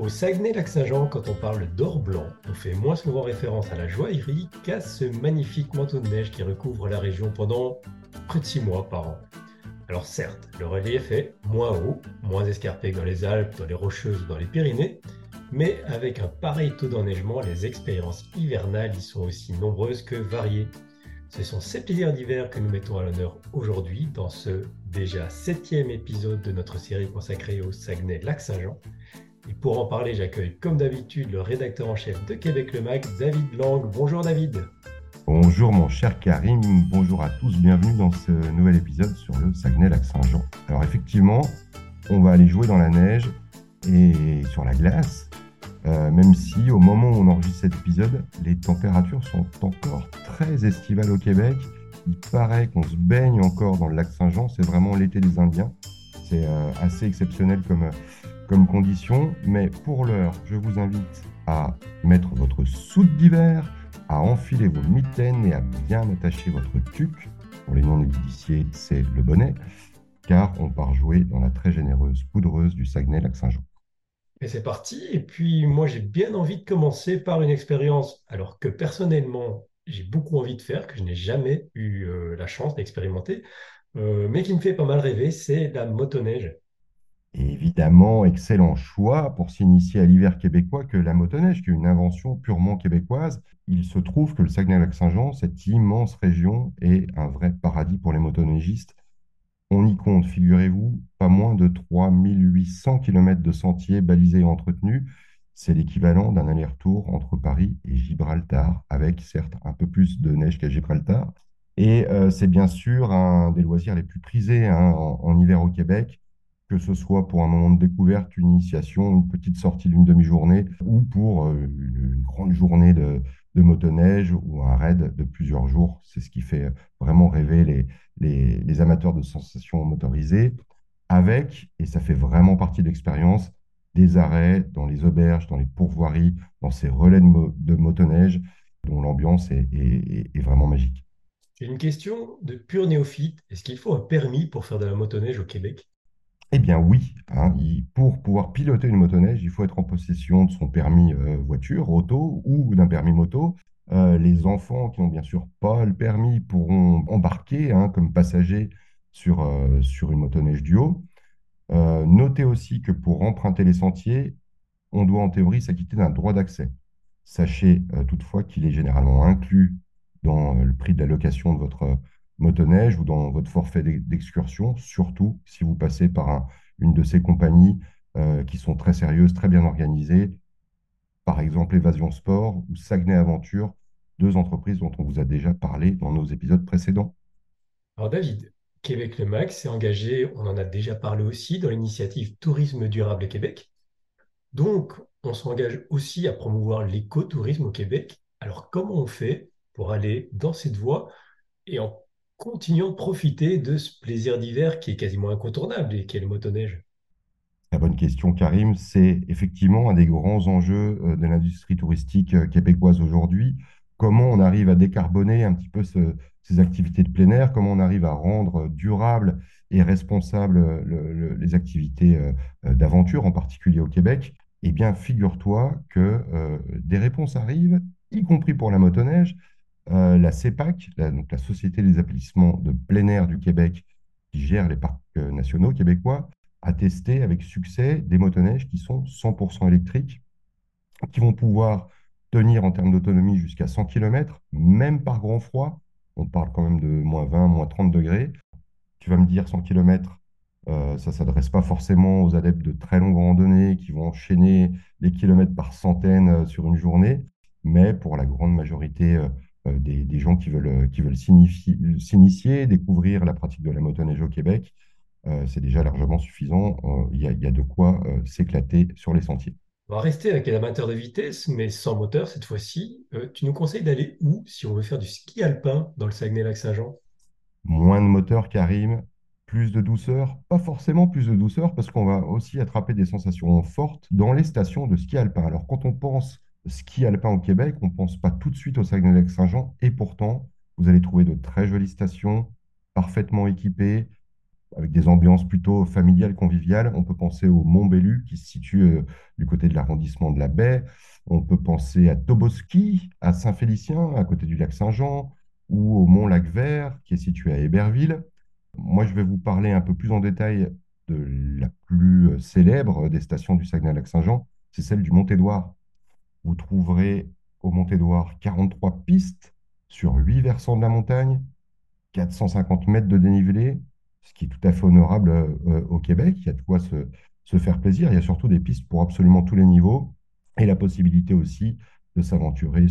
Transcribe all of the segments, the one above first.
Au Saguenay-Lac-Saint-Jean, quand on parle d'or blanc, on fait moins souvent référence à la joaillerie qu'à ce magnifique manteau de neige qui recouvre la région pendant près de 6 mois par an. Alors certes, le relief est moins haut, moins escarpé que dans les Alpes, dans les Rocheuses ou dans les Pyrénées, mais avec un pareil taux d'enneigement, les expériences hivernales y sont aussi nombreuses que variées. Ce sont ces plaisirs d'hiver que nous mettons à l'honneur aujourd'hui dans ce déjà 7e épisode de notre série consacrée au Saguenay-Lac-Saint-Jean. Et pour en parler, j'accueille comme d'habitude le rédacteur en chef de Québec Le Mag, David Lang. Bonjour David. Bonjour mon cher Karim, bonjour à tous, bienvenue dans ce nouvel épisode sur le Saguenay-Lac-Saint-Jean. Alors effectivement, on va aller jouer dans la neige et sur la glace, même si au moment où on enregistre cet épisode, les températures sont encore très estivales au Québec. Il paraît qu'on se baigne encore dans le lac Saint-Jean, c'est vraiment l'été des Indiens. C'est assez exceptionnel comme condition, mais pour l'heure, je vous invite à mettre votre soude d'hiver, à enfiler vos mitaines et à bien attacher votre tuque. Pour les non-initiés, c'est le bonnet, car on part jouer dans la très généreuse poudreuse du Saguenay-Lac-Saint-Jean. Et c'est parti. Et puis moi j'ai bien envie de commencer par une expérience, alors que personnellement j'ai beaucoup envie de faire, que je n'ai jamais eu la chance d'expérimenter, mais qui me fait pas mal rêver, c'est la motoneige. Et évidemment, excellent choix pour s'initier à l'hiver québécois que la motoneige, qui est une invention purement québécoise. Il se trouve que le Saguenay-Lac-Saint-Jean, cette immense région, est un vrai paradis pour les motoneigistes. On y compte, figurez-vous, pas moins de 3800 km de sentiers balisés et entretenus. C'est l'équivalent d'un aller-retour entre Paris et Gibraltar, avec certes un peu plus de neige qu'à Gibraltar. Et c'est bien sûr un des loisirs les plus prisés en hiver au Québec, que ce soit pour un moment de découverte, une initiation, une petite sortie d'une demi-journée, ou pour une grande journée de motoneige ou un raid de plusieurs jours. C'est ce qui fait vraiment rêver les amateurs de sensations motorisées, avec, et ça fait vraiment partie de l'expérience, des arrêts dans les auberges, dans les pourvoiries, dans ces relais de motoneige, dont l'ambiance est vraiment magique. J'ai une question de pur néophyte. Est-ce qu'il faut un permis pour faire de la motoneige au Québec? Eh bien oui, hein, pour pouvoir piloter une motoneige, il faut être en possession de son permis voiture, auto ou d'un permis moto. Les enfants qui n'ont bien sûr pas le permis pourront embarquer comme passagers sur une motoneige duo. Notez aussi que pour emprunter les sentiers, on doit en théorie s'acquitter d'un droit d'accès. Sachez toutefois qu'il est généralement inclus dans le prix de la location de votre motoneige ou dans votre forfait d'excursion, surtout si vous passez par une de ces compagnies qui sont très sérieuses, très bien organisées, par exemple Évasion Sport ou Saguenay Aventure, deux entreprises dont on vous a déjà parlé dans nos épisodes précédents. Alors David, Québec Le Mag s'est engagé, on en a déjà parlé aussi, dans l'initiative Tourisme durable Québec. Donc, on s'engage aussi à promouvoir l'écotourisme au Québec. Alors, comment on fait pour aller dans cette voie et en continuant de profiter de ce plaisir d'hiver qui est quasiment incontournable et qui est le motoneige? La bonne question, Karim. C'est effectivement un des grands enjeux de l'industrie touristique québécoise aujourd'hui. Comment on arrive à décarboner un petit peu ces activités de plein air, comment on arrive à rendre durable et responsable les activités d'aventure, en particulier au Québec. Eh bien, figure-toi que des réponses arrivent, y compris pour la motoneige. La CEPAC, donc la Société des établissements de plein air du Québec, qui gère les parcs nationaux québécois, a testé avec succès des motoneiges qui sont 100% électriques, qui vont pouvoir tenir en termes d'autonomie jusqu'à 100 km, même par grand froid. On parle quand même de -20, -30 degrés. Tu vas me dire 100 km, ça ne s'adresse pas forcément aux adeptes de très longues randonnées qui vont enchaîner les kilomètres par centaines sur une journée, mais pour la grande majorité des gens qui veulent s'initier, découvrir la pratique de la motoneige au Québec, c'est déjà largement suffisant. Il y a de quoi s'éclater sur les sentiers. On va rester avec un amateur de vitesse, mais sans moteur cette fois-ci. Tu nous conseilles d'aller où si on veut faire du ski alpin dans le Saguenay-Lac-Saint-Jean? Moins de moteur, Karim, plus de douceur. Pas forcément plus de douceur, parce qu'on va aussi attraper des sensations fortes dans les stations de ski alpin. Alors, quand on pense ski alpin au Québec, on ne pense pas tout de suite au Saguenay-Lac-Saint-Jean. Et pourtant, vous allez trouver de très jolies stations, parfaitement équipées, avec des ambiances plutôt familiales, conviviales. On peut penser au Mont Bellu, qui se situe du côté de l'arrondissement de la Baie. On peut penser à Toboski, à Saint-Félicien, à côté du lac Saint-Jean, ou au Mont Lac Vert, qui est situé à Héberville. Moi, je vais vous parler un peu plus en détail de la plus célèbre des stations du Saguenay-Lac-Saint-Jean, c'est celle du Mont-Édouard. Vous trouverez au Mont-Édouard 43 pistes sur 8 versants de la montagne, 450 mètres de dénivelé, ce qui est tout à fait honorable au Québec. Il y a de quoi se faire plaisir. Il y a surtout des pistes pour absolument tous les niveaux et la possibilité aussi de s'aventurer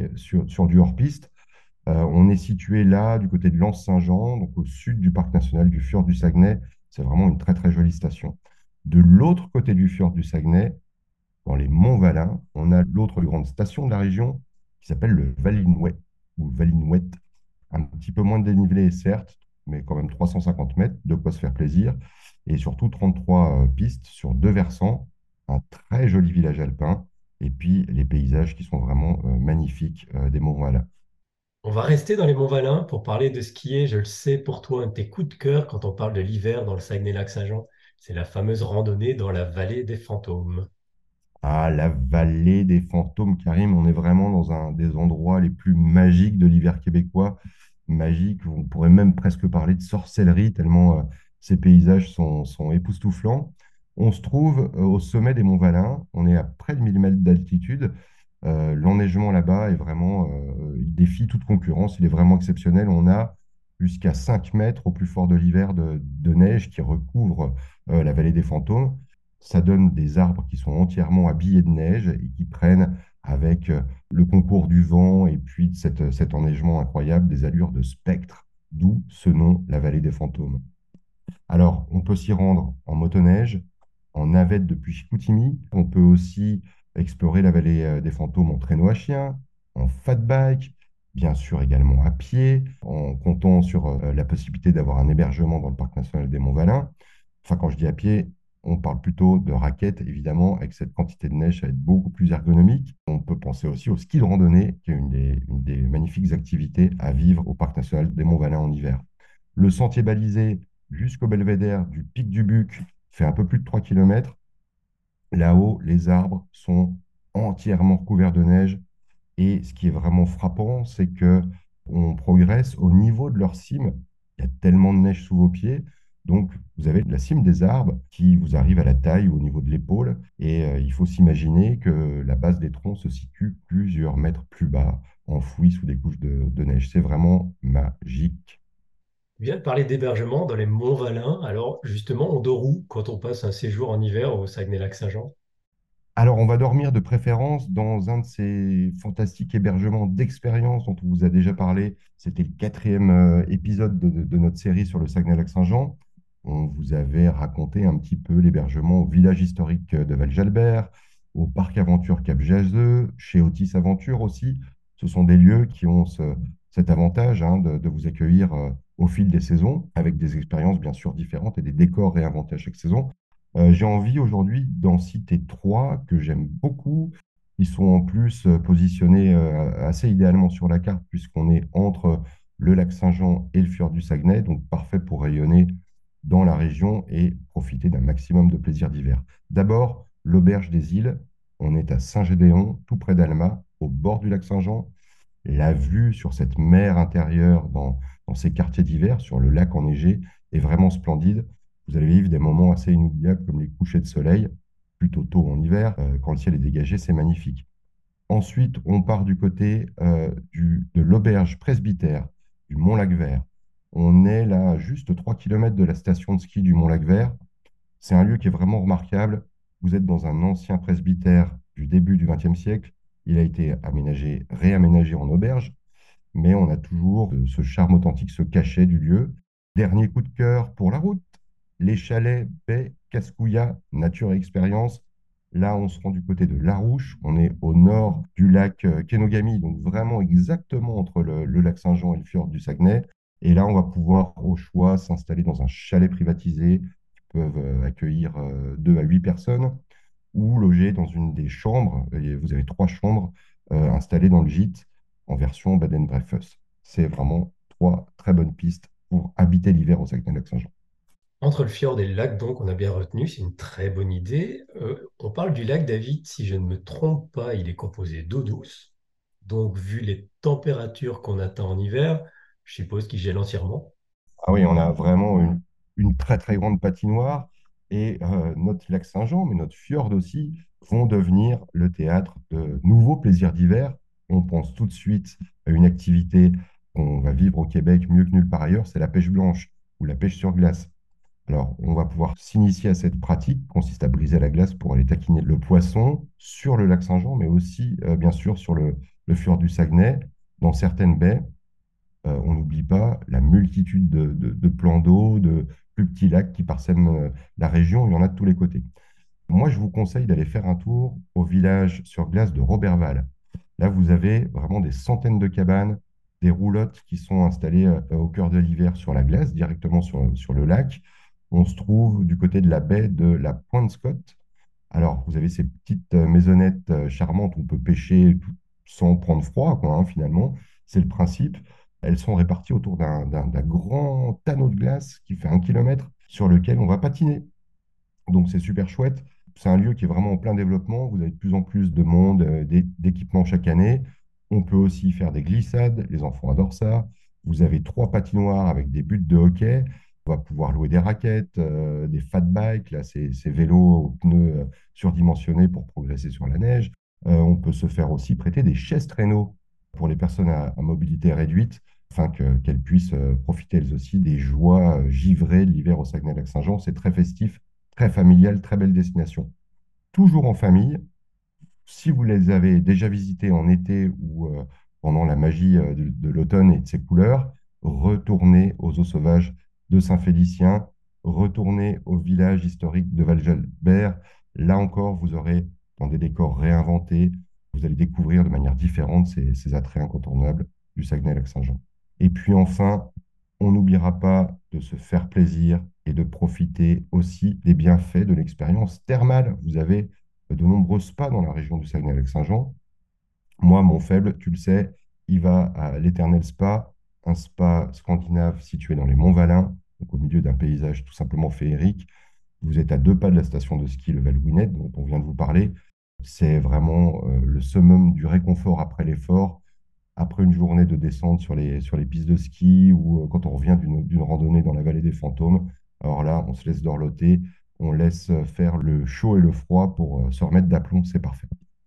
sur du hors-piste. On est situé là, du côté de l'Anse-Saint-Jean, donc au sud du parc national du Fjord du Saguenay. C'est vraiment une très, très jolie station. De l'autre côté du Fjord du Saguenay, dans les Monts Valin, on a l'autre grande station de la région qui s'appelle le Valinouet ou Valinouette. Un petit peu moins de dénivelé, certes, mais quand même 350 mètres, de quoi se faire plaisir. Et surtout 33 pistes sur 2 versants, un très joli village alpin, et puis les paysages qui sont vraiment magnifiques des Monts Valin. On va rester dans les Monts-Valin pour parler de ce qui est, je le sais, pour toi, un de tes coups de cœur quand on parle de l'hiver dans le Saguenay-Lac-Saint-Jean. C'est la fameuse randonnée dans la vallée des fantômes. Ah, la vallée des fantômes, Karim, on est vraiment dans un des endroits les plus magiques de l'hiver québécois. Magique, on pourrait même presque parler de sorcellerie, tellement ces paysages sont époustouflants. On se trouve au sommet des Monts Valin, on est à près de 1000 mètres d'altitude. L'enneigement là-bas est vraiment, il défie toute concurrence, il est vraiment exceptionnel. On a jusqu'à 5 mètres au plus fort de l'hiver de neige qui recouvre la vallée des fantômes. Ça donne des arbres qui sont entièrement habillés de neige et qui prennent avec le concours du vent et puis de cet enneigement incroyable des allures de spectre, d'où ce nom, la vallée des fantômes. Alors, on peut s'y rendre en motoneige, en navette depuis Chicoutimi. On peut aussi explorer la vallée des fantômes en traîneau à chien, en fat bike, bien sûr également à pied, en comptant sur la possibilité d'avoir un hébergement dans le parc national des Monts-Valin. Enfin, quand je dis à pied, on parle plutôt de raquettes, évidemment. Avec cette quantité de neige, ça va être beaucoup plus ergonomique. On peut penser aussi au ski de randonnée, qui est une des magnifiques activités à vivre au parc national des Monts-Valin en hiver. Le sentier balisé jusqu'au belvédère du Pic du Buc fait un peu plus de 3 km. Là-haut, les arbres sont entièrement recouverts de neige. Et ce qui est vraiment frappant, c'est que on progresse au niveau de leur cime. Il y a tellement de neige sous vos pieds. Donc, vous avez la cime des arbres qui vous arrive à la taille ou au niveau de l'épaule. Et il faut s'imaginer que la base des troncs se situe plusieurs mètres plus bas, enfouie sous des couches de neige. C'est vraiment magique. Tu viens de parler d'hébergement dans les Monts-Valin. Alors, justement, on dort où quand on passe un séjour en hiver au Saguenay-Lac-Saint-Jean? Alors, on va dormir de préférence dans un de ces fantastiques hébergements d'expérience dont on vous a déjà parlé. C'était le quatrième épisode de notre série sur le Saguenay-Lac-Saint-Jean. On vous avait raconté un petit peu l'hébergement au village historique de Val-Jalbert, au parc Aventure Cap-Jazeux, chez Otis Aventure aussi. Ce sont des lieux qui ont cet avantage de vous accueillir au fil des saisons, avec des expériences bien sûr différentes et des décors réinventés à chaque saison. J'ai envie aujourd'hui d'en citer trois que j'aime beaucoup. Ils sont en plus positionnés assez idéalement sur la carte puisqu'on est entre le lac Saint-Jean et le fjord du Saguenay, donc parfait pour rayonner dans la région et profiter d'un maximum de plaisir d'hiver. D'abord, l'Auberge des Îles. On est à Saint-Gédéon, tout près d'Alma, au bord du lac Saint-Jean. La vue sur cette mer intérieure dans ces quartiers d'hiver, sur le lac enneigé, est vraiment splendide. Vous allez vivre des moments assez inoubliables comme les couchers de soleil, plutôt tôt en hiver, quand le ciel est dégagé, c'est magnifique. Ensuite, on part du côté de l'auberge presbytère du Mont-Lac-Vert. On est là juste 3 km de la station de ski du Mont-Lac-Vert. C'est un lieu qui est vraiment remarquable. Vous êtes dans un ancien presbytère du début du XXe siècle. Il a été aménagé, réaménagé en auberge, mais on a toujours ce charme authentique, ce cachet du lieu. Dernier coup de cœur pour la route, les chalets Baie Cascouilla, Nature et Expérience. Là, on se rend du côté de Larouche. On est au nord du lac Kenogami, donc vraiment exactement entre le lac Saint-Jean et le fjord du Saguenay. Et là, on va pouvoir au choix s'installer dans un chalet privatisé qui peuvent accueillir 2 à 8 personnes ou loger dans une des chambres. Et vous avez 3 chambres installées dans le gîte en version bed and breakfast. C'est vraiment 3 très bonnes pistes pour habiter l'hiver au Saguenay-Lac-Saint-Jean. Entre le fjord et le lac, donc, on a bien retenu, c'est une très bonne idée. On parle du lac David, si je ne me trompe pas, il est composé d'eau douce. Donc, vu les températures qu'on atteint en hiver, je suppose qu'il gèle entièrement. Ah oui, on a vraiment une très très grande patinoire et notre lac Saint-Jean, mais notre fjord aussi, vont devenir le théâtre de nouveaux plaisirs d'hiver. On pense tout de suite à une activité qu'on va vivre au Québec mieux que nulle part ailleurs, c'est la pêche blanche ou la pêche sur glace. Alors, on va pouvoir s'initier à cette pratique, qui consiste à briser la glace pour aller taquiner le poisson sur le lac Saint-Jean, mais aussi, bien sûr, sur le fjord du Saguenay, dans certaines baies. On n'oublie pas la multitude de plans d'eau, de plus petits lacs qui parsèment la région. Il y en a de tous les côtés. Moi, je vous conseille d'aller faire un tour au village sur glace de Roberval. Là, vous avez vraiment des centaines de cabanes, des roulottes qui sont installées au cœur de l'hiver sur la glace, directement sur le lac. On se trouve du côté de la baie de la Pointe Scott. Alors, vous avez ces petites maisonnettes charmantes où on peut pêcher sans prendre froid, quoi, hein, finalement. C'est le principe. Elles sont réparties autour d'un grand anneau de glace qui fait 1 kilomètre sur lequel on va patiner. Donc, c'est super chouette. C'est un lieu qui est vraiment en plein développement. Vous avez de plus en plus de monde, d'équipements chaque année. On peut aussi faire des glissades. Les enfants adorent ça. Vous avez 3 patinoires avec des buts de hockey. On va pouvoir louer des raquettes, des fat bikes, là, ces vélos aux pneus surdimensionnés pour progresser sur la neige. On peut se faire aussi prêter des chaises traîneaux pour les personnes à mobilité réduite, afin qu'elles puissent profiter elles aussi des joies givrées de l'hiver au Saguenay-Lac-Saint-Jean. C'est très festif, très familial, très belle destination. Toujours en famille. Si vous les avez déjà visités en été ou pendant la magie de l'automne et de ses couleurs, retournez aux eaux sauvages de Saint-Félicien, retournez au village historique de Val-Jalbert. Là encore, vous aurez dans des décors réinventés, vous allez découvrir de manière différente ces attraits incontournables du Saguenay-Lac-Saint-Jean. Et puis enfin, on n'oubliera pas de se faire plaisir et de profiter aussi des bienfaits de l'expérience thermale. Vous avez de nombreux spas dans la région du Saguenay-Lac-Saint-Jean. Moi, mon faible, tu le sais, il va à l'Éternel Spa, un spa scandinave situé dans les Monts Valin, donc au milieu d'un paysage tout simplement féerique. Vous êtes à 2 pas de la station de ski Le Val-Winnet, dont on vient de vous parler. C'est vraiment le summum du réconfort après l'effort, après une journée de descente sur les pistes de ski ou quand on revient d'une randonnée dans la vallée des fantômes. Alors là, on se laisse dorloter, on laisse faire le chaud et le froid pour se remettre d'aplomb, c'est parfait.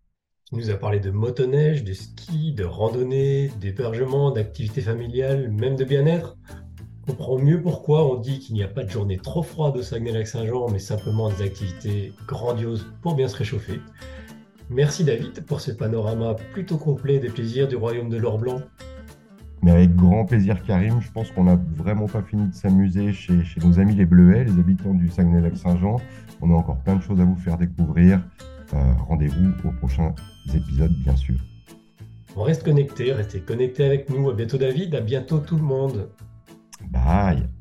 Tu nous as parlé de motoneige, de ski, de randonnée, d'hébergement, d'activités familiales, même de bien-être. On comprend mieux pourquoi on dit qu'il n'y a pas de journée trop froide au Saguenay-Lac-Saint-Jean, mais simplement des activités grandioses pour bien se réchauffer. Merci David pour ce panorama plutôt complet des plaisirs du royaume de l'Or Blanc. Mais avec grand plaisir, Karim, je pense qu'on n'a vraiment pas fini de s'amuser chez nos amis les Bleuets, les habitants du Saguenay-Lac-Saint-Jean. On a encore plein de choses à vous faire découvrir. Rendez-vous aux prochains épisodes, bien sûr. On reste connecté, restez connectés avec nous. À bientôt David, à bientôt tout le monde. Bye!